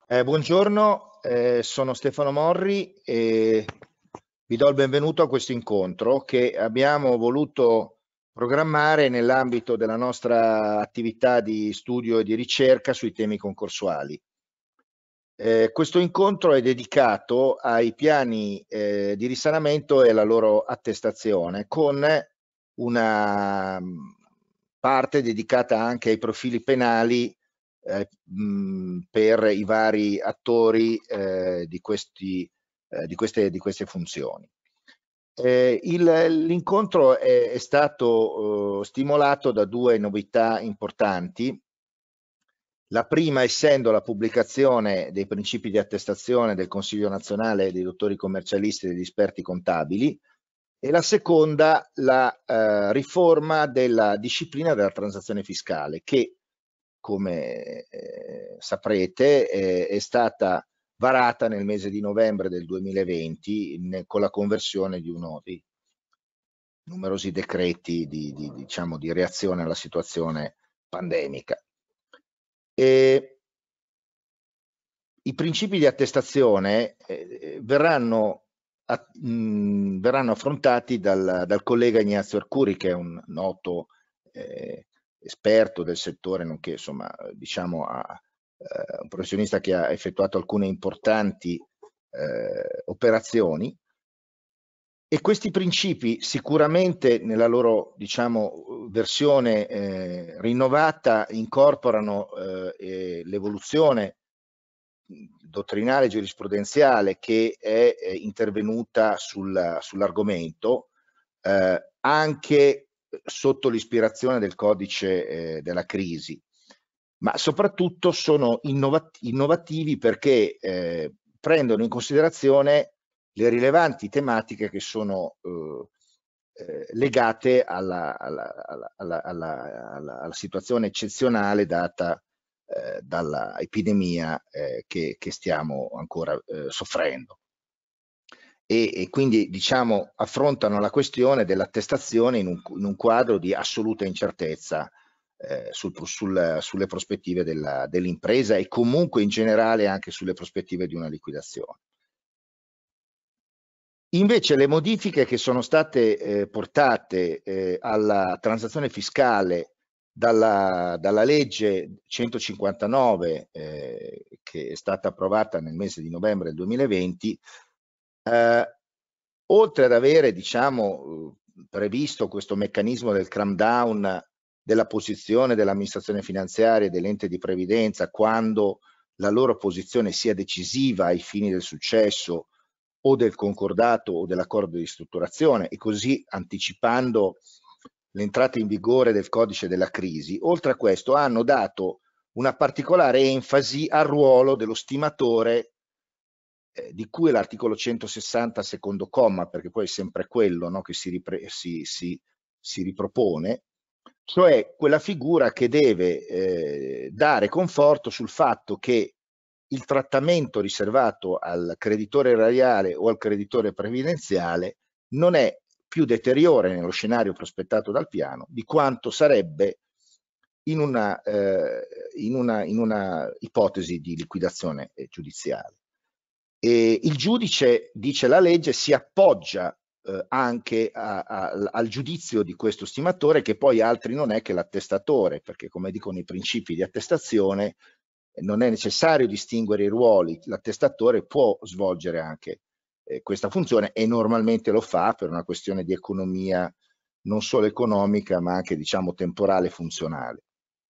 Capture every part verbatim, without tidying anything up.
Eh, buongiorno, eh, sono Stefano Morri e vi do il benvenuto a questo incontro che abbiamo voluto programmare nell'ambito della nostra attività di studio e di ricerca sui temi concorsuali. Eh, questo incontro è dedicato ai piani eh, di risanamento e alla loro attestazione, con una mh, parte dedicata anche ai profili penali eh, mh, per i vari attori eh, di, questi, eh, di, queste, di queste funzioni. Eh, L'incontro è, è stato eh, stimolato da due novità importanti. La prima essendo la pubblicazione dei principi di attestazione del Consiglio nazionale dei dottori commercialisti e degli esperti contabili, e la seconda la eh, riforma della disciplina della transazione fiscale che, come eh, saprete, eh, è stata varata nel mese di novembre del duemilaventi in, con la conversione di uno dei numerosi decreti di, di, diciamo, di reazione alla situazione pandemica. E I principi di attestazione eh, verranno, a, mh, verranno affrontati dal, dal collega Ignazio Arcuri, che è un noto eh, esperto del settore, nonché insomma, diciamo, a, eh, un professionista che ha effettuato alcune importanti eh, operazioni. E questi principi sicuramente nella loro, diciamo, versione eh, rinnovata incorporano eh, l'evoluzione dottrinale giurisprudenziale che è eh, intervenuta sul, sull'argomento, eh, anche sotto l'ispirazione del codice eh, della crisi, ma soprattutto sono innovat innovativi perché eh, prendono in considerazione le rilevanti tematiche che sono eh, eh, legate alla, alla, alla, alla, alla situazione eccezionale data eh, dall'epidemia eh, che, che stiamo ancora eh, soffrendo. E, e quindi diciamo affrontano la questione dell'attestazione in un, in un quadro di assoluta incertezza eh, sul, sul, sulle prospettive dell'impresa e comunque in generale anche sulle prospettive di una liquidazione. Invece le modifiche che sono state eh, portate eh, alla transazione fiscale dalla, dalla legge centocinquantanove eh, che è stata approvata nel mese di novembre del duemilaventi, eh, oltre ad avere diciamo, previsto questo meccanismo del cram down della posizione dell'amministrazione finanziaria e dell'ente di previdenza quando la loro posizione sia decisiva ai fini del successo o del concordato o dell'accordo di ristrutturazione, e così anticipando l'entrata in vigore del codice della crisi, oltre a questo hanno dato una particolare enfasi al ruolo dello stimatore eh, di cui è l'articolo centosessanta secondo comma, perché poi è sempre quello, no, che si, si, si, si ripropone, cioè quella figura che deve eh, dare conforto sul fatto che il trattamento riservato al creditore erariale o al creditore previdenziale non è più deteriore nello scenario prospettato dal piano di quanto sarebbe in una, eh, in una, in una ipotesi di liquidazione giudiziale. E il giudice, dice la legge, si appoggia eh, anche a, a, al giudizio di questo stimatore, che poi altri non è che l'attestatore, perché come dicono i principi di attestazione non è necessario distinguere i ruoli, l'attestatore può svolgere anche eh, questa funzione e normalmente lo fa per una questione di economia non solo economica ma anche diciamo temporale e funzionale.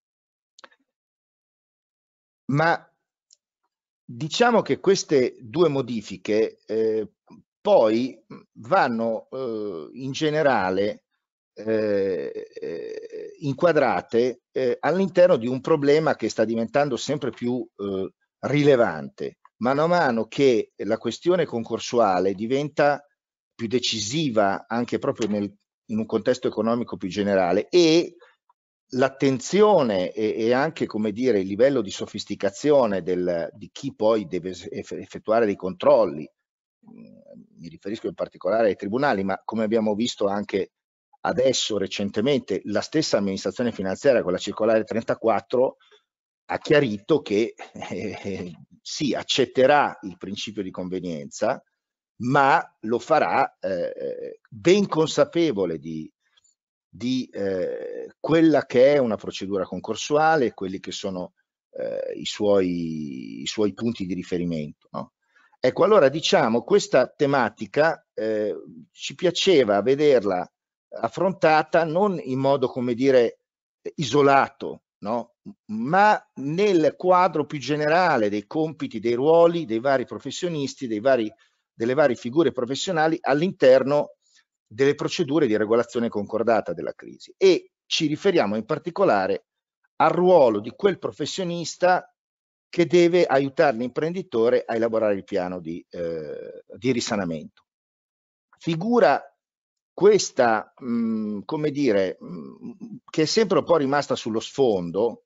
Ma diciamo che queste due modifiche eh, poi vanno eh, in generale eh, eh, inquadrate eh, all'interno di un problema che sta diventando sempre più eh, rilevante. Mano a mano che la questione concorsuale diventa più decisiva anche proprio nel, in un contesto economico più generale e l'attenzione e, e anche come dire il livello di sofisticazione del, di chi poi deve effettuare dei controlli, mi riferisco in particolare ai tribunali, ma come abbiamo visto anche adesso recentemente la stessa amministrazione finanziaria con la circolare trentaquattro ha chiarito che eh, sì, accetterà il principio di convenienza, ma lo farà eh, ben consapevole di, di eh, quella che è una procedura concorsuale, quelli che sono eh, i, suoi, i suoi punti di riferimento, no? Ecco, allora diciamo, questa tematica eh, ci piaceva vederla affrontata non in modo, come dire, isolato, no? Ma nel quadro più generale dei compiti, dei ruoli dei vari professionisti, dei vari, delle varie figure professionali all'interno delle procedure di regolazione concordata della crisi. E ci riferiamo in particolare al ruolo di quel professionista che deve aiutare l'imprenditore a elaborare il piano di, eh, di risanamento. Figura questa, mh, come dire, mh, che è sempre un po' rimasta sullo sfondo,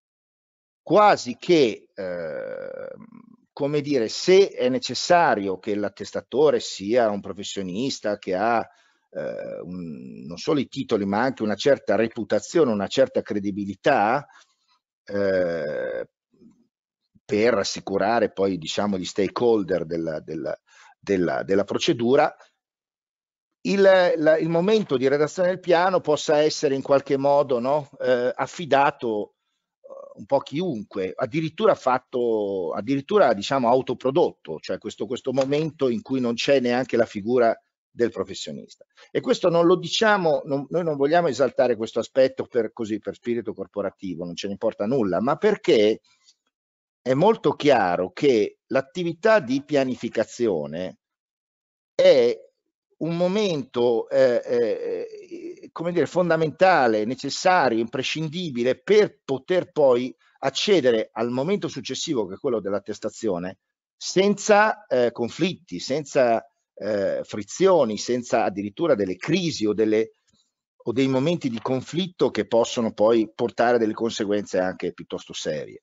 quasi che, eh, come dire, se è necessario che l'attestatore sia un professionista che ha eh, un, non solo i titoli, ma anche una certa reputazione, una certa credibilità, eh, per assicurare poi, diciamo, gli stakeholder della, della, della, della procedura, il, la, il momento di redazione del piano possa essere in qualche modo, no, eh, affidato uh, un po' a chiunque, addirittura fatto, addirittura diciamo autoprodotto, cioè questo, questo momento in cui non c'è neanche la figura del professionista. E questo non lo diciamo, non, noi non vogliamo esaltare questo aspetto per, così, per spirito corporativo, non ce ne importa nulla, ma perché è molto chiaro che l'attività di pianificazione è un momento eh, eh, come dire, fondamentale, necessario, imprescindibile per poter poi accedere al momento successivo, che è quello dell'attestazione, senza eh, conflitti, senza eh, frizioni, senza addirittura delle crisi o, delle, o dei momenti di conflitto che possono poi portare delle conseguenze anche piuttosto serie.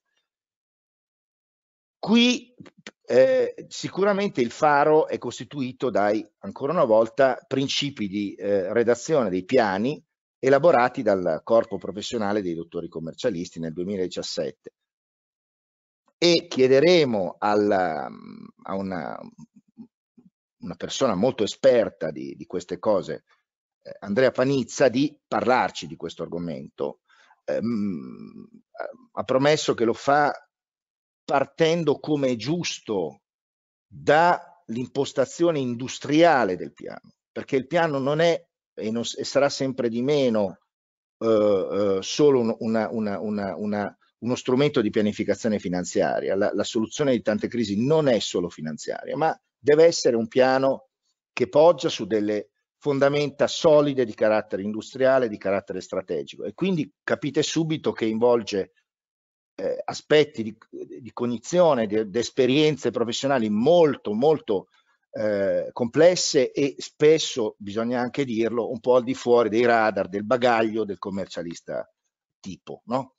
Qui eh, sicuramente il faro è costituito dai, ancora una volta, principi di eh, redazione dei piani elaborati dal corpo professionale dei dottori commercialisti nel duemiladiciassette. E chiederemo alla, a una, una persona molto esperta di, di queste cose, eh, Andrea Panizza, di parlarci di questo argomento. Eh, ha promesso che lo fa partendo, come è giusto, dall'impostazione industriale del piano, perché il piano non è e, non, e sarà sempre di meno eh, eh, solo una, una, una, una, uno strumento di pianificazione finanziaria. La, la soluzione di tante crisi non è solo finanziaria, ma deve essere un piano che poggia su delle fondamenta solide di carattere industriale, di carattere strategico, e quindi capite subito che involge eh, aspetti di, di cognizione, di, di esperienze professionali molto, molto eh, complesse e spesso, bisogna anche dirlo, un po' al di fuori dei radar, del bagaglio del commercialista tipo, no?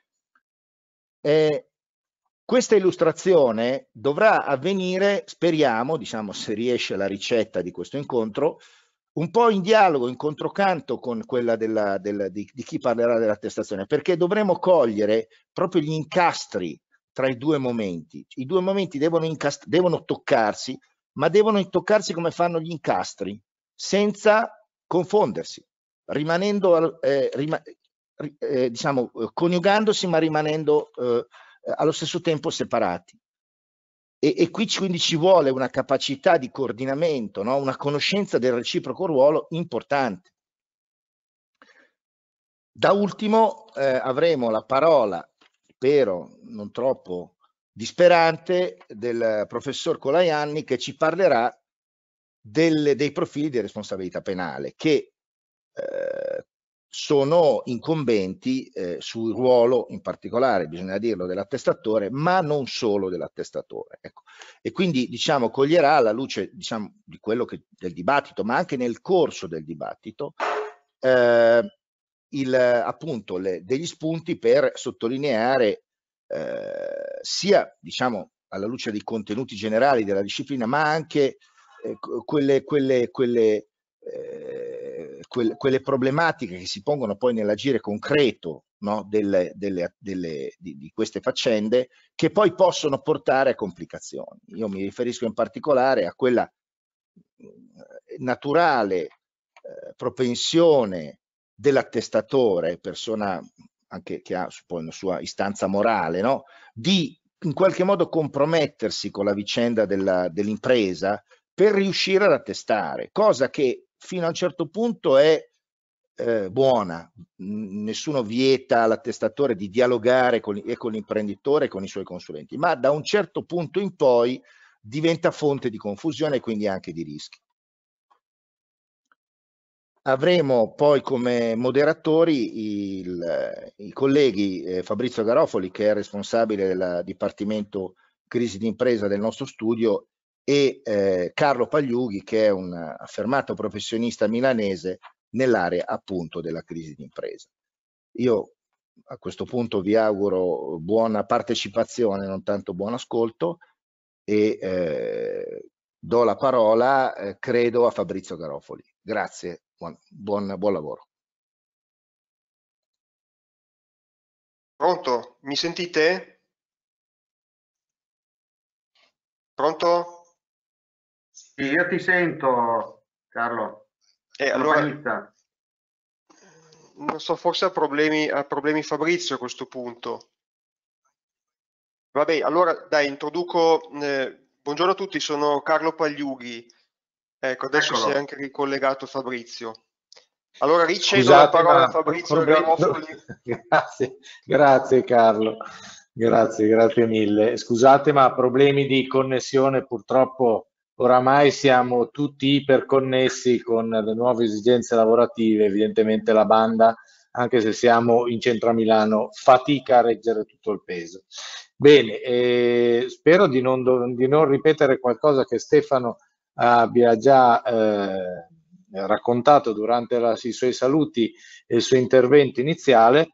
Eh, questa illustrazione dovrà avvenire, speriamo, diciamo, se riesce la ricetta di questo incontro, un po' in dialogo, in controcanto con quella della, della, di, di chi parlerà dell'attestazione, perché dovremo cogliere proprio gli incastri tra i due momenti. I due momenti devono, devono toccarsi, ma devono toccarsi come fanno gli incastri, senza confondersi, rimanendo, eh, rima, eh, diciamo, coniugandosi, ma rimanendo eh, allo stesso tempo separati. E, e qui quindi ci vuole una capacità di coordinamento, no? Una conoscenza del reciproco ruolo importante. Da ultimo eh, avremo la parola, spero non troppo disperante, del professor Colaianni, che ci parlerà del, dei profili di responsabilità penale che eh, sono incombenti eh, sul ruolo, in particolare, bisogna dirlo, dell'attestatore, ma non solo dell'attestatore. Ecco. E quindi, diciamo, coglierà alla luce, diciamo, di quello che del dibattito, ma anche nel corso del dibattito, eh, il, appunto, le, degli spunti per sottolineare eh, sia, diciamo, alla luce dei contenuti generali della disciplina, ma anche eh, quelle, quelle, quelle Eh, quelle, quelle problematiche che si pongono poi nell'agire concreto no, delle, delle, delle, di, di queste faccende, che poi possono portare a complicazioni. Io mi riferisco in particolare a quella naturale eh, propensione dell'attestatore, persona anche che ha poi una sua istanza morale, no? Di in qualche modo compromettersi con la vicenda dell'impresa per riuscire ad attestare, cosa che fino a un certo punto è eh, buona. Nessuno vieta all'attestatore di dialogare con, e con l'imprenditore e con i suoi consulenti, ma da un certo punto in poi diventa fonte di confusione e quindi anche di rischi. Avremo poi come moderatori il, i colleghi eh, Fabrizio Garofoli, che è responsabile del Dipartimento Crisi d'impresa del nostro studio, e eh, Carlo Pagliughi, che è un affermato professionista milanese nell'area appunto della crisi d'impresa. Io a questo punto vi auguro buona partecipazione, non tanto buon ascolto, e eh, do la parola, eh, credo, a Fabrizio Garofoli. Grazie. Buon, buon, buon lavoro. Pronto? Mi sentite? Pronto? Sì, io ti sento, Carlo. Eh, Sono allora, Panizza. non so, forse ha problemi, ha problemi Fabrizio a questo punto. Vabbè, allora dai, introduco. Eh, buongiorno a tutti, sono Carlo Pagliughi. Ecco, adesso Eccolo. si è anche ricollegato Fabrizio. Allora ricevo Scusate, la parola ma a Fabrizio problemi... Garofoli. Grazie, grazie Carlo, grazie, grazie mille. Scusate, ma problemi di connessione purtroppo oramai siamo tutti iperconnessi con le nuove esigenze lavorative, evidentemente la banda, anche se siamo in centro a Milano, fatica a reggere tutto il peso. Bene, eh, spero di non, di non ripetere qualcosa che Stefano abbia già eh, raccontato durante la, i suoi saluti e il suo intervento iniziale.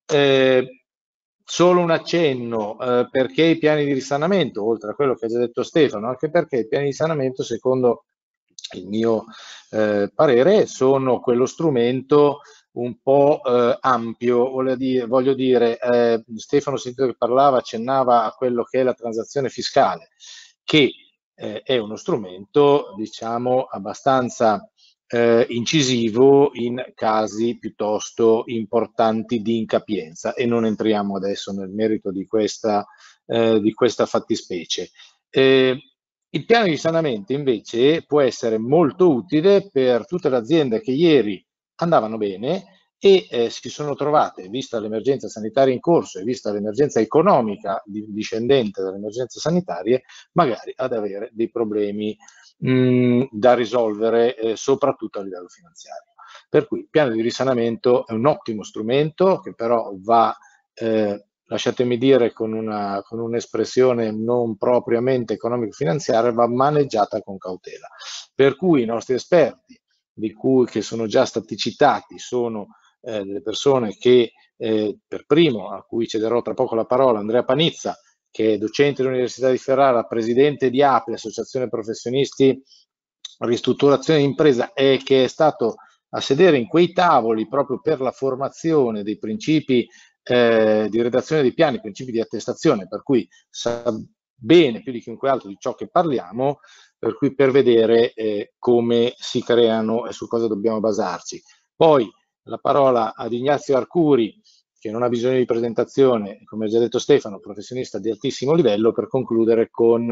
Eh, solo un accenno, eh, perché i piani di risanamento, oltre a quello che ha già detto Stefano, anche perché i piani di risanamento, secondo il mio eh, parere, sono quello strumento un po' eh, ampio, voglio dire, voglio dire eh, Stefano, sentito che parlava, accennava a quello che è la transazione fiscale, che eh, è uno strumento, diciamo, abbastanza eh, incisivo in casi piuttosto importanti di incapienza, e non entriamo adesso nel merito di questa, eh, di questa fattispecie. Eh, il piano di risanamento invece può essere molto utile per tutte le aziende che ieri andavano bene e eh, si sono trovate, vista l'emergenza sanitaria in corso e vista l'emergenza economica discendente dalle emergenze sanitarie, magari ad avere dei problemi mh, da risolvere eh, soprattutto a livello finanziario. Per cui il piano di risanamento è un ottimo strumento che però va, eh, lasciatemi dire con una, con un'espressione non propriamente economico-finanziaria, va maneggiata con cautela. Per cui i nostri esperti, di cui che sono già stati citati, sono eh, delle persone che eh, per primo, a cui cederò tra poco la parola, Andrea Panizza, che è docente dell'Università di Ferrara, presidente di A P I, Associazione Professionisti Ristrutturazione d'Impresa, e che è stato a sedere in quei tavoli proprio per la formazione dei principi eh, di redazione dei piani, principi di attestazione, per cui sa bene più di chiunque altro di ciò che parliamo, per cui per vedere eh, come si creano e su cosa dobbiamo basarci. Poi la parola ad Ignazio Arcuri, che non ha bisogno di presentazione, come ha già detto Stefano, professionista di altissimo livello, per concludere con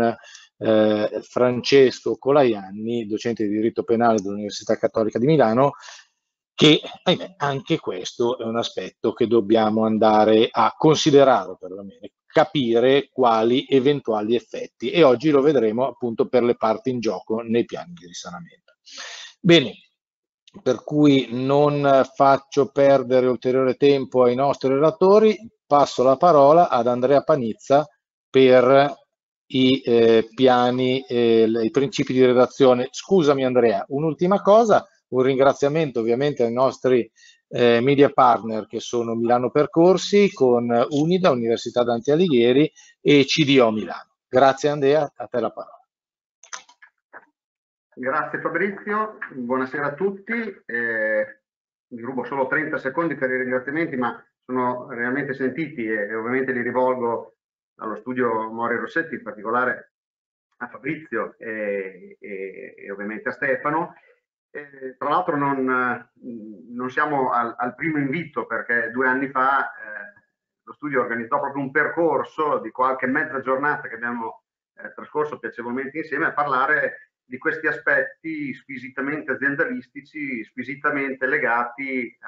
eh, Francesco Colaianni, docente di diritto penale dell'Università Cattolica di Milano, che ahimè, anche questo è un aspetto che dobbiamo andare a considerare, perlomeno capire quali eventuali effetti, e oggi lo vedremo appunto per le parti in gioco nei piani di risanamento. Bene, per cui non faccio perdere ulteriore tempo ai nostri relatori, passo la parola ad Andrea Panizza per i eh, piani, eh, i principi di redazione. Scusami Andrea, un'ultima cosa, un ringraziamento ovviamente ai nostri eh, media partner che sono Milano Percorsi con Unida, Università Dante Alighieri e C D O Milano. Grazie Andrea, a te la parola. Grazie Fabrizio, buonasera a tutti. Eh, vi rubo solo trenta secondi per i ringraziamenti, ma sono realmente sentiti e, e ovviamente li rivolgo allo studio Mori Rossetti, in particolare a Fabrizio e, e, e ovviamente a Stefano. Eh, tra l'altro non, non siamo al, al primo invito, perché due anni fa eh, lo studio organizzò proprio un percorso di qualche mezza giornata che abbiamo eh, trascorso piacevolmente insieme a parlare di questi aspetti squisitamente aziendalistici, squisitamente legati eh,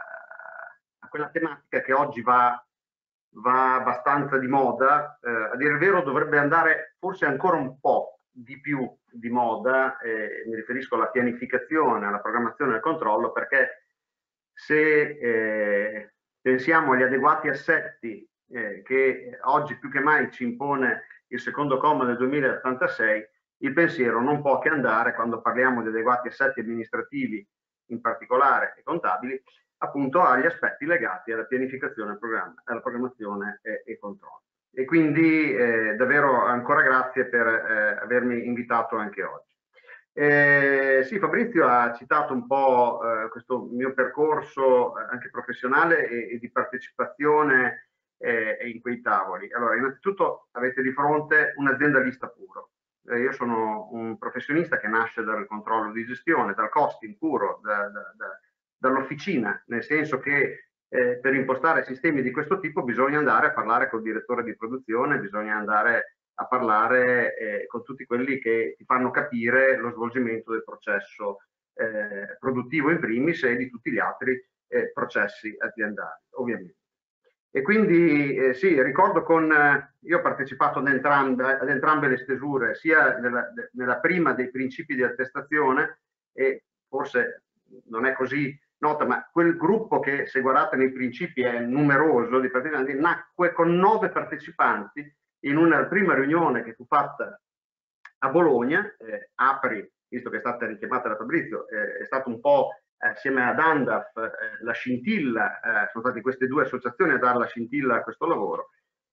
a quella tematica che oggi va, va abbastanza di moda. Eh, a dire il vero dovrebbe andare forse ancora un po' di più di moda, eh, mi riferisco alla pianificazione, alla programmazione e al controllo, perché se eh, pensiamo agli adeguati assetti eh, che oggi più che mai ci impone il secondo comma del duemilaottantasei, il pensiero non può che andare, quando parliamo di adeguati assetti amministrativi in particolare e contabili, appunto agli aspetti legati alla pianificazione, programma, alla programmazione e, e controllo. E quindi eh, davvero ancora grazie per eh, avermi invitato anche oggi. Eh, sì, Fabrizio ha citato un po' eh, questo mio percorso anche professionale e, e di partecipazione eh, in quei tavoli. Allora, innanzitutto avete di fronte un aziendalista puro. Eh, io sono un professionista che nasce dal controllo di gestione, dal costing puro, da, da, da, dall'officina, nel senso che Eh, per impostare sistemi di questo tipo bisogna andare a parlare col direttore di produzione, bisogna andare a parlare eh, con tutti quelli che ti fanno capire lo svolgimento del processo eh, produttivo in primis e di tutti gli altri eh, processi aziendali, ovviamente. E quindi eh, sì, ricordo con, eh, io ho partecipato ad entrambe, ad entrambe le stesure, sia nella, nella prima dei principi di attestazione, e forse non è così nota, ma quel gruppo che, se guardate nei principi, è numeroso di partecipanti, nacque con nove partecipanti in una prima riunione che fu fatta a Bologna. eh, Apri, visto che è stata richiamata da Fabrizio, eh, è stato un po' eh, assieme ad Andaf eh, la scintilla, eh, sono state queste due associazioni a dare la scintilla a questo lavoro.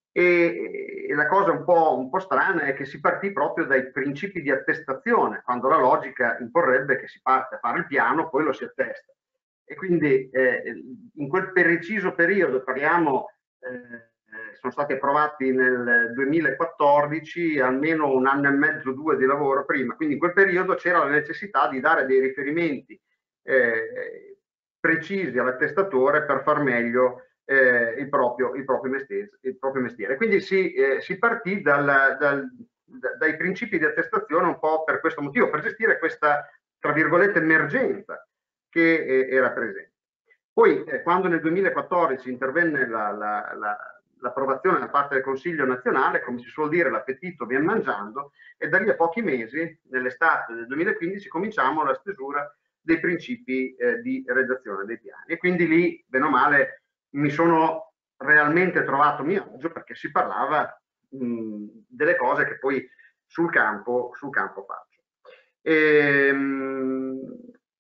E, e la cosa un po', un po' strana è che si partì proprio dai principi di attestazione, quando la logica imporrebbe che si parte a fare il piano, poi lo si attesta. E quindi eh, in quel preciso periodo, parliamo, eh, sono stati approvati nel duemilaquattordici, almeno un anno e mezzo, due di lavoro prima, quindi in quel periodo c'era la necessità di dare dei riferimenti eh, precisi all'attestatore per far meglio eh, il, proprio, il, proprio mestiere, il proprio mestiere. Quindi si, eh, si partì dal, dal, dai principi di attestazione un po' per questo motivo, per gestire questa, tra virgolette, emergenza che eh, era presente. Poi eh, quando nel duemilaquattordici intervenne l'approvazione la, la, da parte del Consiglio nazionale, come si suol dire, l'appetito viene mangiando, e da lì a pochi mesi, nell'estate del duemilaquindici, cominciamo la stesura dei principi eh, di redazione dei piani. E quindi lì, bene o male, mi sono realmente trovato a mio agio, perché si parlava mh, delle cose che poi sul campo, sul campo faccio. E, mh,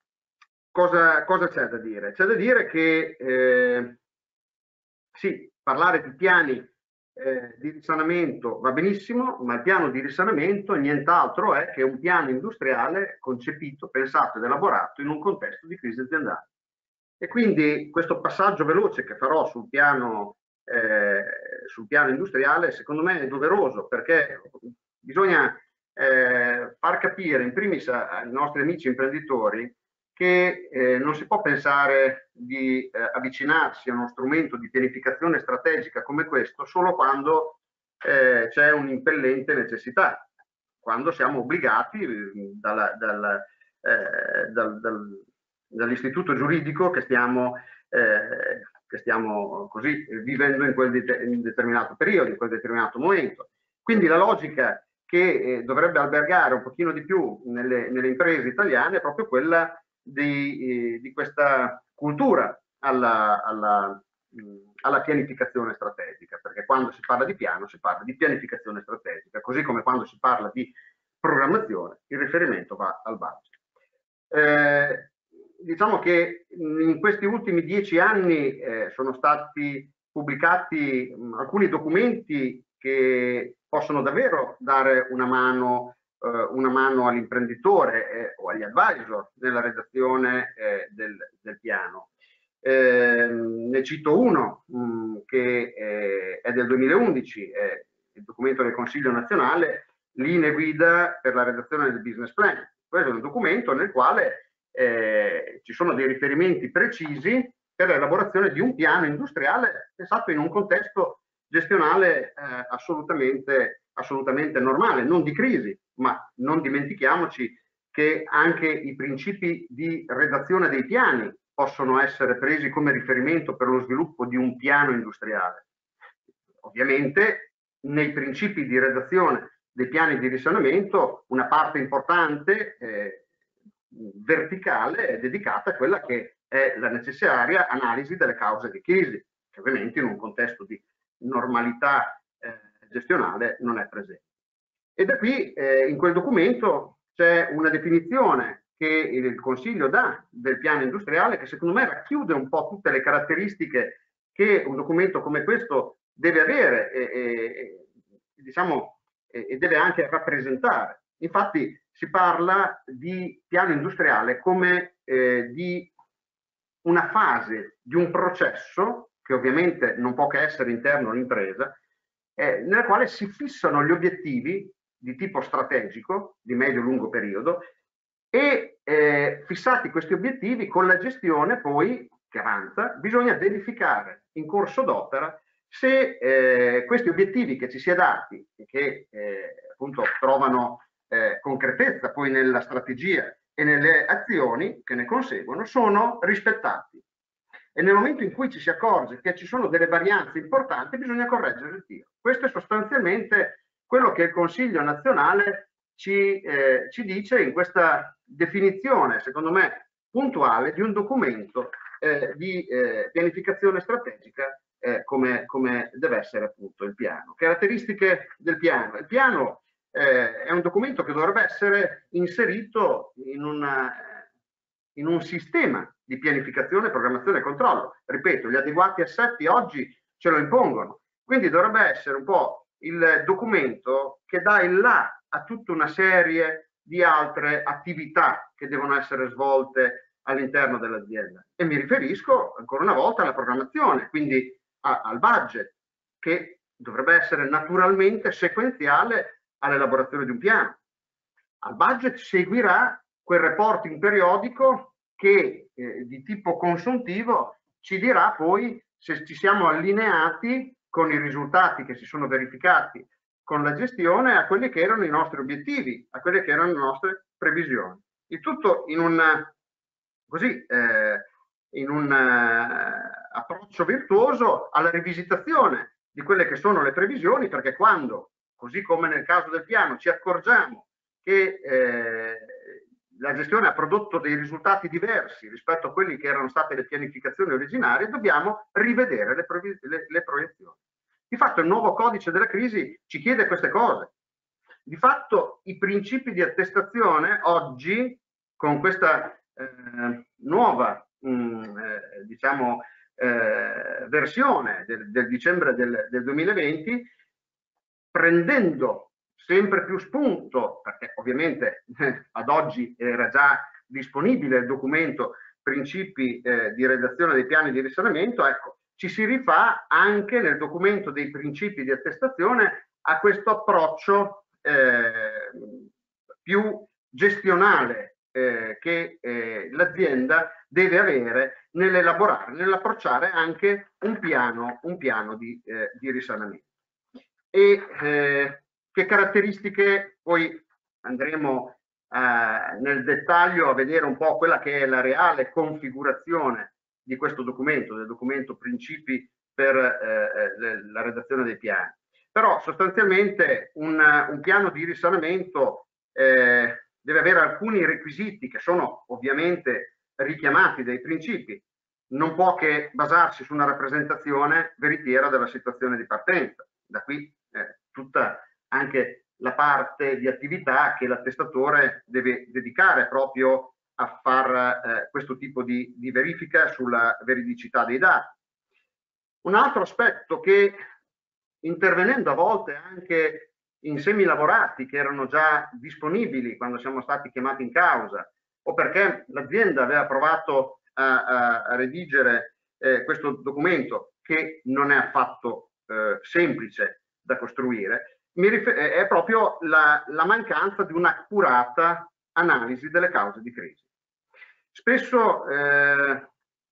Cosa, cosa c'è da dire? C'è da dire che eh, sì, parlare di piani eh, di risanamento va benissimo, ma il piano di risanamento nient'altro è che un piano industriale concepito, pensato ed elaborato in un contesto di crisi aziendale. E quindi questo passaggio veloce che farò sul piano, eh, sul piano industriale, secondo me è doveroso, perché bisogna eh, far capire in primis ai nostri amici imprenditori che eh, non si può pensare di eh, avvicinarsi a uno strumento di pianificazione strategica come questo solo quando eh, c'è un'impellente necessità, quando siamo obbligati dalla, dalla, eh, dal, dal, dall'istituto giuridico che stiamo, eh, che stiamo così vivendo in quel de in determinato periodo, in quel determinato momento. Quindi la logica che eh, dovrebbe albergare un pochino di più nelle, nelle imprese italiane è proprio quella Di, di questa cultura alla, alla, alla pianificazione strategica, perché quando si parla di piano si parla di pianificazione strategica, così come quando si parla di programmazione il riferimento va al budget. Eh, diciamo che in questi ultimi dieci anni eh, sono stati pubblicati mh, alcuni documenti che possono davvero dare una mano una mano all'imprenditore eh, o agli advisor nella redazione eh, del, del piano. Eh, ne cito uno mh, che eh, è del duemilaundici, è il documento del Consiglio nazionale, linee guida per la redazione del business plan. Questo è un documento nel quale eh, ci sono dei riferimenti precisi per l'elaborazione di un piano industriale pensato in un contesto gestionale eh, assolutamente, assolutamente normale, non di crisi, ma non dimentichiamoci che anche i principi di redazione dei piani possono essere presi come riferimento per lo sviluppo di un piano industriale. Ovviamente nei principi di redazione dei piani di risanamento una parte importante eh, verticale è dedicata a quella che è la necessaria analisi delle cause di crisi, che ovviamente in un contesto di normalità eh, gestionale non è presente. E da qui eh, in quel documento c'è una definizione che il Consiglio dà del piano industriale che secondo me racchiude un po' tutte le caratteristiche che un documento come questo deve avere e, e, diciamo, e, e deve anche rappresentare. Infatti si parla di piano industriale come eh, di una fase di un processo che ovviamente non può che essere interno all'impresa, eh, nella quale si fissano gli obiettivi di tipo strategico, di medio-lungo periodo, e eh, fissati questi obiettivi con la gestione poi che avanza, bisogna verificare in corso d'opera se eh, questi obiettivi che ci si è dati e che eh, appunto trovano eh, concretezza poi nella strategia e nelle azioni che ne conseguono sono rispettati. E nel momento in cui ci si accorge che ci sono delle varianze importanti bisogna correggere il tiro. Questo è sostanzialmente quello che il Consiglio nazionale ci, eh, ci dice in questa definizione, secondo me, puntuale di un documento eh, di eh, pianificazione strategica eh, come, come deve essere appunto il piano. Caratteristiche del piano. Il piano eh, è un documento che dovrebbe essere inserito in, una, in un sistema di pianificazione, programmazione e controllo. Ripeto, gli adeguati assetti oggi ce lo impongono, quindi dovrebbe essere un po' il documento che dà il là a tutta una serie di altre attività che devono essere svolte all'interno dell'azienda. E mi riferisco ancora una volta alla programmazione, quindi a, al budget, che dovrebbe essere naturalmente sequenziale all'elaborazione di un piano. Al budget seguirà quel reporting periodico che eh, di tipo consuntivo ci dirà poi se ci siamo allineati con i risultati che si sono verificati con la gestione a quelli che erano i nostri obiettivi, a quelle che erano le nostre previsioni. Il tutto in un, così, eh, in un eh, approccio virtuoso alla rivisitazione di quelle che sono le previsioni, perché quando, così come nel caso del piano, ci accorgiamo che eh, la gestione ha prodotto dei risultati diversi rispetto a quelli che erano state le pianificazioni originarie, dobbiamo rivedere le, le, le proiezioni. Di fatto il nuovo codice della crisi ci chiede queste cose. Di fatto i principi di attestazione oggi, con questa eh, nuova mh, eh, diciamo, eh, versione del, del dicembre del, del duemilaventi, prendendo sempre più spunto, perché ovviamente eh, ad oggi era già disponibile il documento principi eh, di redazione dei piani di risanamento, ecco, ci si rifà anche nel documento dei principi di attestazione a questo approccio eh, più gestionale eh, che eh, l'azienda deve avere nell'elaborare, nell'approcciare anche un piano, un piano di, eh, di risanamento. E eh, che caratteristiche, poi andremo eh, nel dettaglio a vedere un po' quella che è la reale configurazione di questo documento, del documento principi per eh, la redazione dei piani. Però sostanzialmente un, un piano di risanamento eh, deve avere alcuni requisiti che sono ovviamente richiamati dai principi. Non può che basarsi su una rappresentazione veritiera della situazione di partenza. Da qui eh, tutta anche la parte di attività che l'attestatore deve dedicare proprio a fare eh, questo tipo di, di verifica sulla veridicità dei dati. Un altro aspetto che, intervenendo a volte anche in semilavorati che erano già disponibili quando siamo stati chiamati in causa, o perché l'azienda aveva provato a, a, a redigere eh, questo documento, che non è affatto eh, semplice da costruire, mi è proprio la, la mancanza di un'accurata analisi delle cause di crisi. Spesso eh,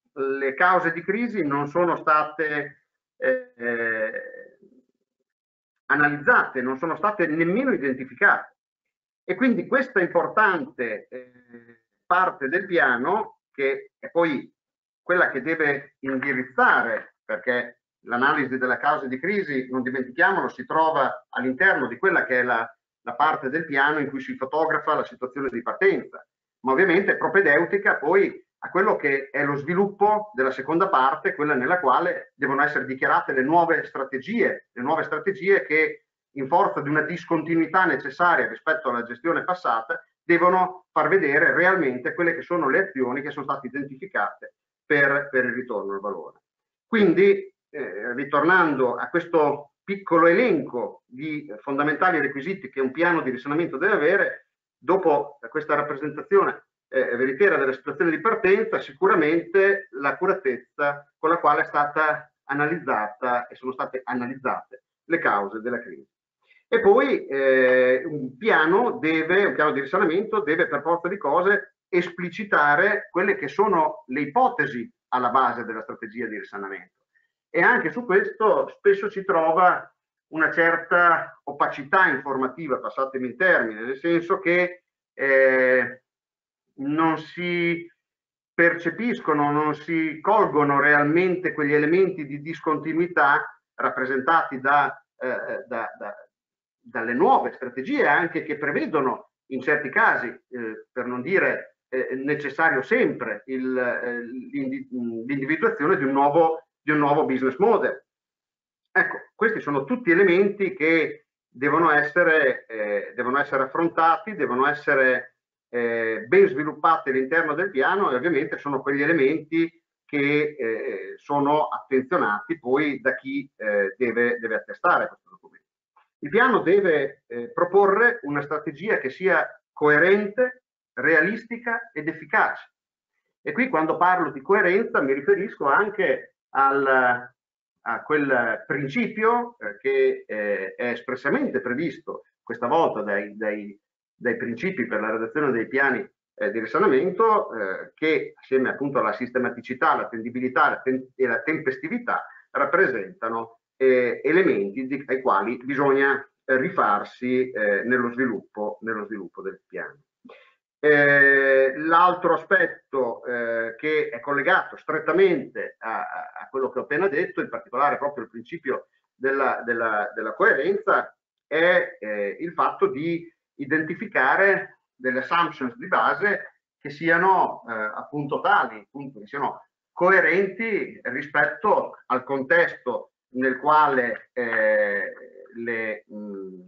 le cause di crisi non sono state eh, eh, analizzate, non sono state nemmeno identificate, e quindi questa importante eh, parte del piano, che è poi quella che deve indirizzare, perché l'analisi delle cause di crisi, non dimentichiamolo, si trova all'interno di quella che è la, la parte del piano in cui si fotografa la situazione di partenza, ma ovviamente è propedeutica poi a quello che è lo sviluppo della seconda parte, quella nella quale devono essere dichiarate le nuove strategie, le nuove strategie che, in forza di una discontinuità necessaria rispetto alla gestione passata, devono far vedere realmente quelle che sono le azioni che sono state identificate per, per il ritorno al valore. Quindi, eh, ritornando a questo piccolo elenco di fondamentali requisiti che un piano di risanamento deve avere, dopo questa rappresentazione eh, veritiera della situazione di partenza, sicuramente l'accuratezza con la quale è stata analizzata e sono state analizzate le cause della crisi. E poi eh, un piano deve, un piano di risanamento deve per forza di cose esplicitare quelle che sono le ipotesi alla base della strategia di risanamento. E anche su questo spesso si trova una certa opacità informativa, passatemi il termine, nel senso che eh, non si percepiscono, non si colgono realmente quegli elementi di discontinuità rappresentati da, eh, da, da, dalle nuove strategie, anche che prevedono in certi casi, eh, per non dire eh, necessario sempre, il, eh, l'individuazione di un nuovo di un nuovo business model. Ecco, questi sono tutti elementi che devono essere, eh, devono essere affrontati, devono essere eh, ben sviluppati all'interno del piano, e ovviamente sono quegli elementi che eh, sono attenzionati poi da chi eh, deve, deve attestare questo documento. Il piano deve eh, proporre una strategia che sia coerente, realistica ed efficace. E qui, quando parlo di coerenza, mi riferisco anche Al, a quel principio eh, che eh, è espressamente previsto questa volta dai, dai, dai principi per la redazione dei piani eh, di risanamento, eh, che assieme appunto alla sistematicità, l'attendibilità la e la tempestività rappresentano eh, elementi di, ai quali bisogna eh, rifarsi eh, nello, sviluppo, nello sviluppo del piano. Eh, l'altro aspetto eh, che è collegato strettamente a, a quello che ho appena detto, in particolare proprio il principio della, della, della coerenza, è eh, il fatto di identificare delle assumptions di base che siano eh, appunto tali, appunto, che siano coerenti rispetto al contesto nel quale eh, le mh,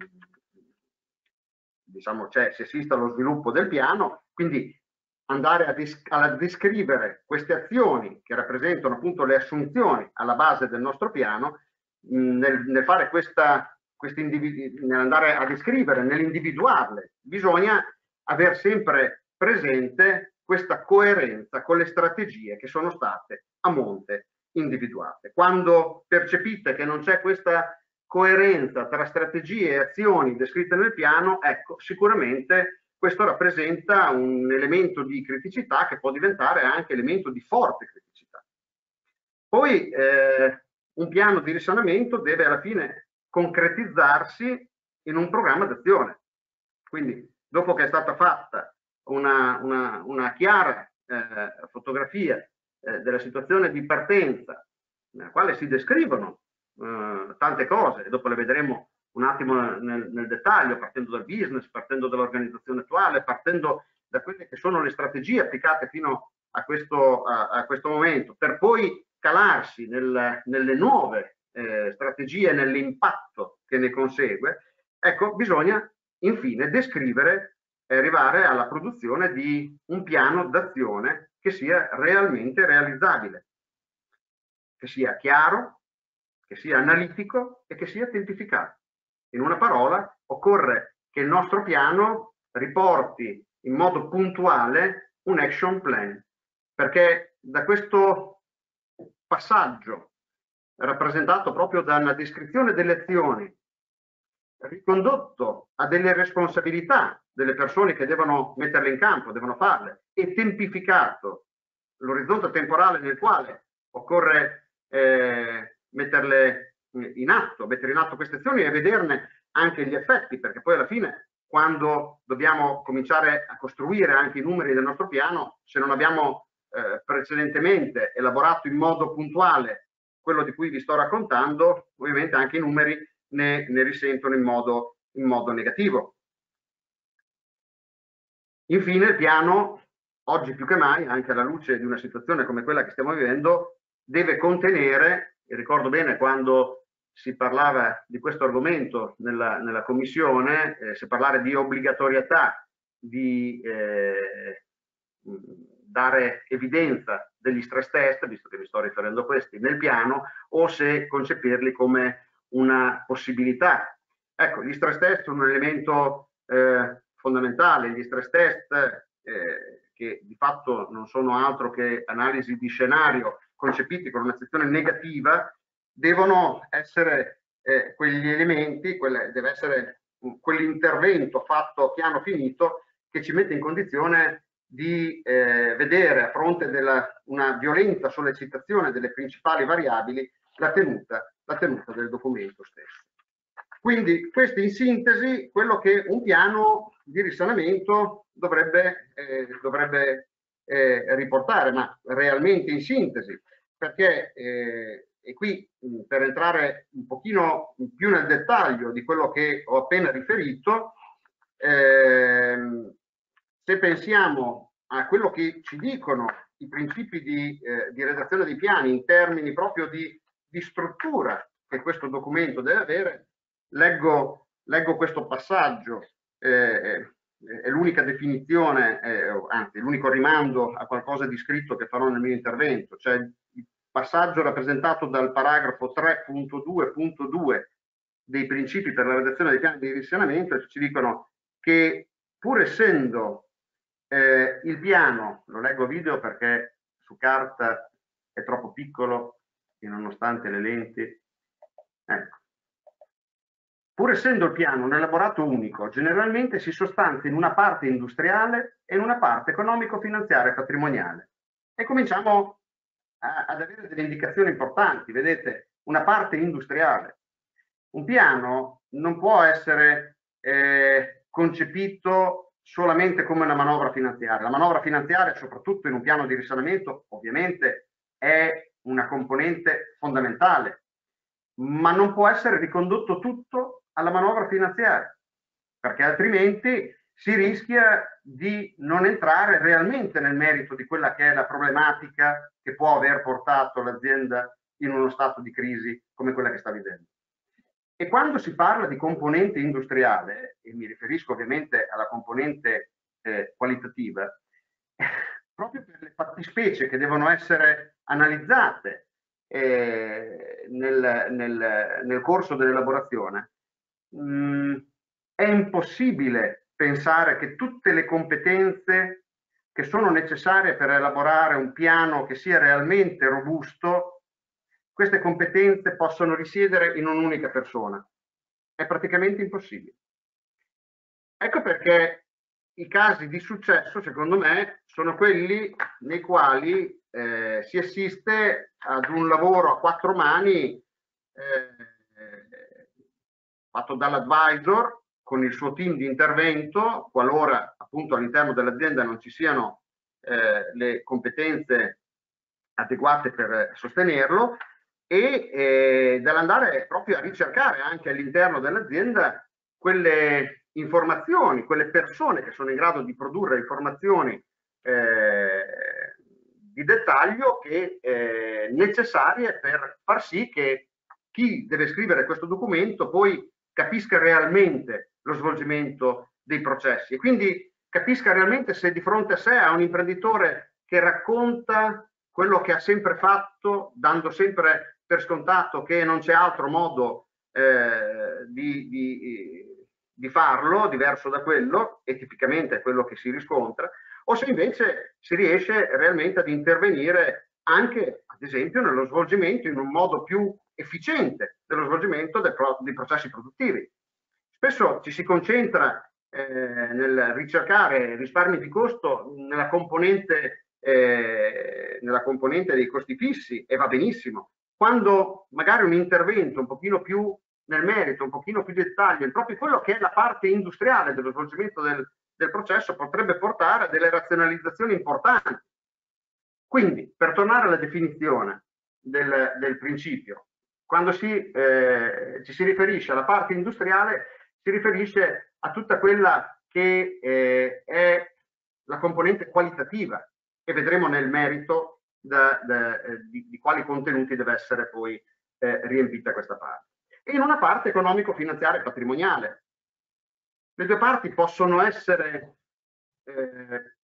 diciamo, cioè, si assiste allo sviluppo del piano, quindi andare a, dis a descrivere queste azioni che rappresentano appunto le assunzioni alla base del nostro piano, mh, nel, nel fare questa, questa nell'andare a descrivere, nell'individuarle, bisogna aver sempre presente questa coerenza con le strategie che sono state a monte individuate. Quando percepite che non c'è questa coerenza tra strategie e azioni descritte nel piano, ecco, sicuramente questo rappresenta un elemento di criticità che può diventare anche elemento di forte criticità. Poi eh, un piano di risanamento deve alla fine concretizzarsi in un programma d'azione. Quindi, dopo che è stata fatta una, una, una chiara eh, fotografia eh, della situazione di partenza, nella quale si descrivono Uh, tante cose, dopo le vedremo un attimo nel, nel dettaglio, partendo dal business, partendo dall'organizzazione attuale, partendo da quelle che sono le strategie applicate fino a questo, a, a questo momento, per poi calarsi nel, nelle nuove eh, strategie, nell'impatto che ne consegue. Ecco, bisogna infine descrivere e arrivare alla produzione di un piano d'azione che sia realmente realizzabile, che sia chiaro, che sia analitico e che sia identificato. In una parola, occorre che il nostro piano riporti in modo puntuale un action plan, perché da questo passaggio rappresentato proprio da una descrizione delle azioni, ricondotto a delle responsabilità delle persone che devono metterle in campo, devono farle, e tempificato l'orizzonte temporale nel quale occorre eh, metterle in atto, mettere in atto queste azioni e vederne anche gli effetti, perché poi alla fine, quando dobbiamo cominciare a costruire anche i numeri del nostro piano, se non abbiamo eh, precedentemente elaborato in modo puntuale quello di cui vi sto raccontando, ovviamente anche i numeri ne, ne risentono in modo, in modo negativo. Infine il piano, oggi più che mai, anche alla luce di una situazione come quella che stiamo vivendo, deve contenere, e ricordo bene quando si parlava di questo argomento nella, nella commissione, eh, se parlare di obbligatorietà, di eh, dare evidenza degli stress test, visto che mi sto riferendo a questi, nel piano, o se concepirli come una possibilità. Ecco, gli stress test sono un elemento eh, fondamentale. Gli stress test, eh, che di fatto non sono altro che analisi di scenario concepiti con una sezione negativa, devono essere eh, quegli elementi, quelle, deve essere quell'intervento fatto piano finito che ci mette in condizione di eh, vedere, a fronte di una violenta sollecitazione delle principali variabili, la tenuta, la tenuta del documento stesso. Quindi questo in sintesi quello che un piano di risanamento dovrebbe, eh, dovrebbe eh, riportare, ma realmente in sintesi, perché, eh, e qui mh, per entrare un pochino più nel dettaglio di quello che ho appena riferito, ehm, se pensiamo a quello che ci dicono i principi di, eh, di redazione dei piani in termini proprio di, di struttura che questo documento deve avere, leggo, leggo questo passaggio, eh, è l'unica definizione, eh, anzi l'unico rimando a qualcosa di scritto che farò nel mio intervento, cioè il passaggio rappresentato dal paragrafo tre punto due punto due dei principi per la redazione dei piani di risanamento. Ci dicono che pur essendo eh, il piano, lo leggo video perché su carta è troppo piccolo e nonostante le lenti, ecco. Pur essendo il piano un elaborato unico, generalmente si sostanzia in una parte industriale e in una parte economico-finanziaria e patrimoniale. E cominciamo a, ad avere delle indicazioni importanti. Vedete, una parte industriale. Un piano non può essere eh, concepito solamente come una manovra finanziaria. La manovra finanziaria, soprattutto in un piano di risanamento, ovviamente è una componente fondamentale, ma non può essere ricondotto tutto alla manovra finanziaria, perché altrimenti si rischia di non entrare realmente nel merito di quella che è la problematica che può aver portato l'azienda in uno stato di crisi come quella che sta vivendo. E quando si parla di componente industriale, e mi riferisco ovviamente alla componente eh, qualitativa, proprio per le fattispecie che devono essere analizzate eh, nel, nel, nel corso dell'elaborazione, mh, è impossibile pensare che tutte le competenze che sono necessarie per elaborare un piano che sia realmente robusto, queste competenze possono risiedere in un'unica persona. È praticamente impossibile. Ecco perché i casi di successo, secondo me, sono quelli nei quali eh, si assiste ad un lavoro a quattro mani eh, fatto dall'advisor con il suo team di intervento, qualora appunto all'interno dell'azienda non ci siano eh, le competenze adeguate per sostenerlo, e eh, dall'andare proprio a ricercare anche all'interno dell'azienda quelle informazioni, quelle persone che sono in grado di produrre informazioni eh, di dettaglio che eh, necessarie per far sì che chi deve scrivere questo documento poi capisca realmente lo svolgimento dei processi e quindi capisca realmente se di fronte a sé ha un imprenditore che racconta quello che ha sempre fatto, dando sempre per scontato che non c'è altro modo eh, di, di, di farlo, diverso da quello, e tipicamente è quello che si riscontra, o se invece si riesce realmente ad intervenire anche ad esempio nello svolgimento in un modo più efficiente dello svolgimento del pro dei processi produttivi. Spesso ci si concentra eh, nel ricercare risparmi di costo nella componente, eh, nella componente dei costi fissi, e va benissimo, quando magari un intervento un pochino più nel merito, un pochino più di dettaglio, proprio quello che è la parte industriale dello svolgimento del, del processo, potrebbe portare a delle razionalizzazioni importanti. Quindi, per tornare alla definizione del, del principio, quando si, eh, ci si riferisce alla parte industriale, si riferisce a tutta quella che eh, è la componente qualitativa, e vedremo nel merito da, da, di, di quali contenuti deve essere poi eh, riempita questa parte. E in una parte economico-finanziaria e patrimoniale. Le due parti possono essere eh,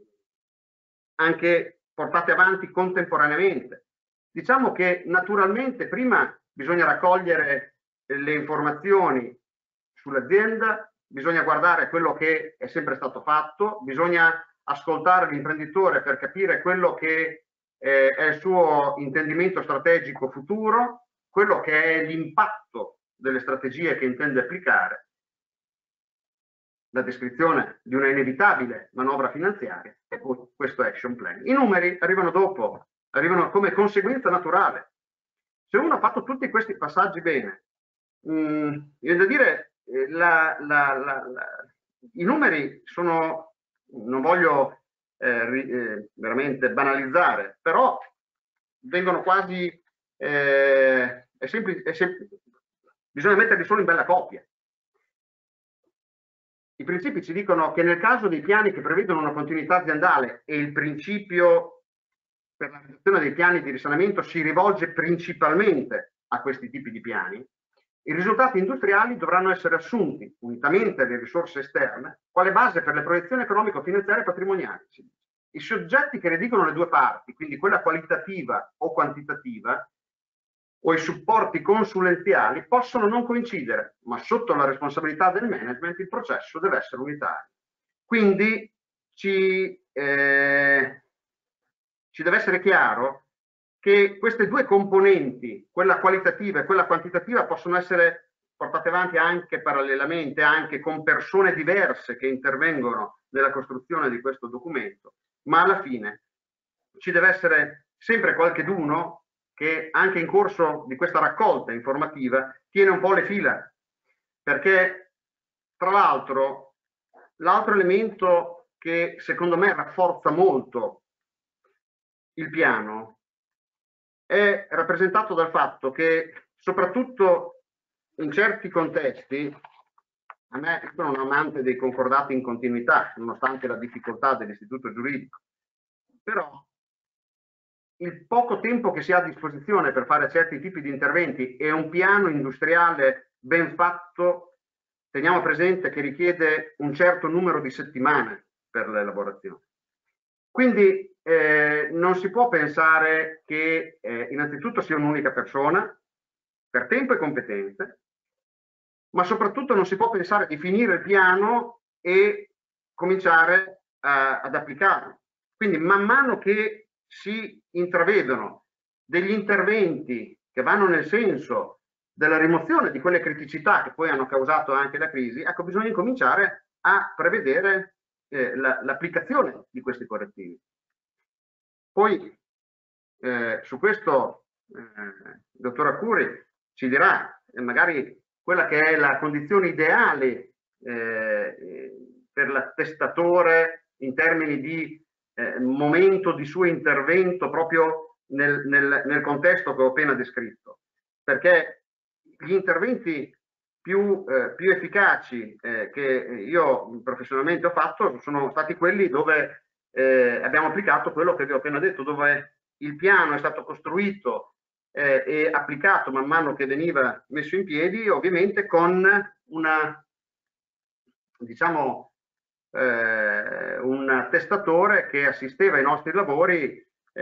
anche portate avanti contemporaneamente. Diciamo che naturalmente prima bisogna raccogliere le informazioni sull'azienda, bisogna guardare quello che è sempre stato fatto, bisogna ascoltare l'imprenditore per capire quello che eh, è il suo intendimento strategico futuro, quello che è l'impatto delle strategie che intende applicare, la descrizione di una inevitabile manovra finanziaria e poi questo action plan. I numeri arrivano dopo, arrivano come conseguenza naturale. Se uno ha fatto tutti questi passaggi bene, mh, io da dire, eh, la, la, la, la, i numeri sono, non voglio eh, ri, eh, veramente banalizzare, però vengono quasi, eh, è semplice, è semplice, bisogna metterli solo in bella coppia. I principi ci dicono che nel caso dei piani che prevedono una continuità aziendale e il principio per la redazione dei piani di risanamento si rivolge principalmente a questi tipi di piani, i risultati industriali dovranno essere assunti unitamente alle risorse esterne quale base per le proiezioni economico-finanziarie e patrimoniali. I soggetti che redigono le due parti, quindi quella qualitativa o quantitativa, o i supporti consulenziali, possono non coincidere, ma sotto la responsabilità del management il processo deve essere unitario. Quindi ci, eh, ci deve essere chiaro che queste due componenti, quella qualitativa e quella quantitativa, possono essere portate avanti anche parallelamente, anche con persone diverse che intervengono nella costruzione di questo documento, ma alla fine ci deve essere sempre qualcheduno che anche in corso di questa raccolta informativa tiene un po' le fila, perché tra l'altro l'altro elemento che secondo me rafforza molto il piano è rappresentato dal fatto che soprattutto in certi contesti, a me io sono un amante dei concordati in continuità nonostante la difficoltà dell'istituto giuridico, però il poco tempo che si ha a disposizione per fare certi tipi di interventi e un piano industriale ben fatto, teniamo presente che richiede un certo numero di settimane per l'elaborazione. Quindi eh, non si può pensare che eh, innanzitutto sia un'unica persona per tempo e competenze, ma soprattutto non si può pensare di finire il piano e cominciare a, ad applicarlo. Quindi man mano che si intravedono degli interventi che vanno nel senso della rimozione di quelle criticità che poi hanno causato anche la crisi, ecco, bisogna incominciare a prevedere eh, l'applicazione la, di questi correttivi. Poi eh, su questo eh, il dottor Arcuri ci dirà eh, magari quella che è la condizione ideale eh, per l'attestatore in termini di Eh, momento di suo intervento proprio nel, nel, nel contesto che ho appena descritto, perché gli interventi più, eh, più efficaci eh, che io professionalmente ho fatto sono stati quelli dove eh, abbiamo applicato quello che vi ho appena detto, dove il piano è stato costruito eh, e applicato man mano che veniva messo in piedi, ovviamente con una, diciamo, Eh, un testatore che assisteva ai nostri lavori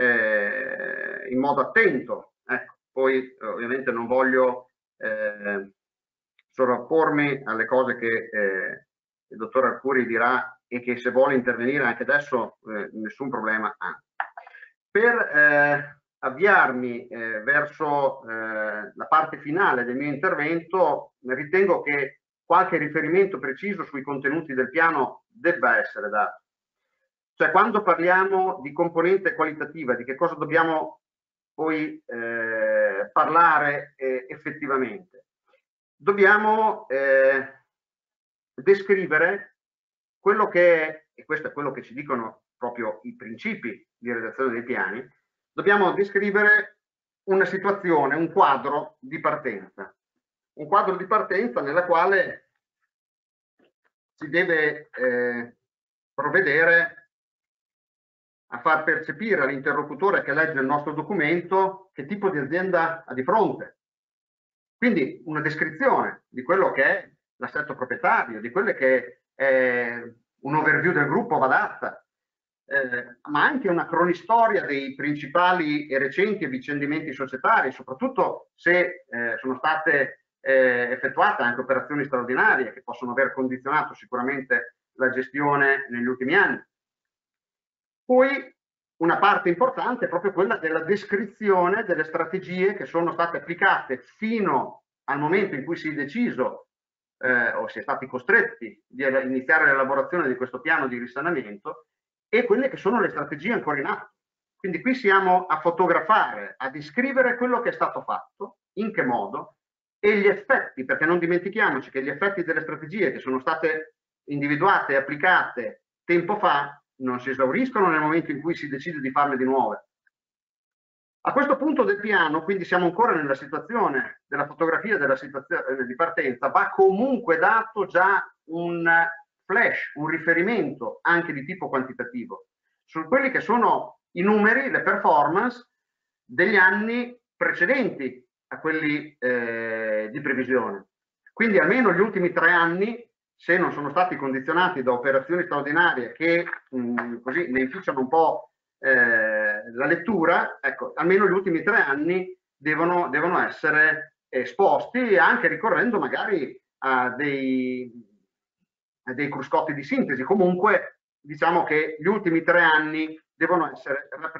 eh, in modo attento. Ecco, poi ovviamente non voglio eh, sovrappormi alle cose che eh, il dottor Arcuri dirà e che se vuole intervenire anche adesso eh, nessun problema ha. per eh, avviarmi eh, verso eh, la parte finale del mio intervento, ritengo che qualche riferimento preciso sui contenuti del piano debba essere dato. Cioè, quando parliamo di componente qualitativa, di che cosa dobbiamo poi eh, parlare eh, effettivamente, dobbiamo eh, descrivere quello che è, e questo è quello che ci dicono proprio i principi di redazione dei piani, dobbiamo descrivere una situazione, un quadro di partenza, un quadro di partenza nella quale si deve eh, provvedere a far percepire all'interlocutore che legge il nostro documento che tipo di azienda ha di fronte. Quindi una descrizione di quello che è l'assetto proprietario, di quello che è un overview del gruppo va data, eh, ma anche una cronistoria dei principali e recenti avvicendamenti societari, soprattutto se eh, sono state eh, effettuate anche operazioni straordinarie che possono aver condizionato sicuramente la gestione negli ultimi anni. Poi una parte importante è proprio quella della descrizione delle strategie che sono state applicate fino al momento in cui si è deciso eh, o si è stati costretti di iniziare l'elaborazione di questo piano di risanamento e quelle che sono le strategie ancora in atto. Quindi qui siamo a fotografare, a descrivere quello che è stato fatto, in che modo, e gli effetti, perché non dimentichiamoci che gli effetti delle strategie che sono state individuate e applicate tempo fa non si esauriscono nel momento in cui si decide di farne di nuove. A questo punto del piano, quindi siamo ancora nella situazione della fotografia della situazione di partenza, va comunque dato già un flash, un riferimento anche di tipo quantitativo su quelli che sono i numeri, le performance degli anni precedenti a quelli eh, di previsione. Quindi almeno gli ultimi tre anni, se non sono stati condizionati da operazioni straordinarie che mh, così ne inficiano un po' eh, la lettura, ecco, almeno gli ultimi tre anni devono, devono essere esposti, anche ricorrendo magari a dei, a dei cruscotti di sintesi. Comunque diciamo che gli ultimi tre anni devono essere rappresentati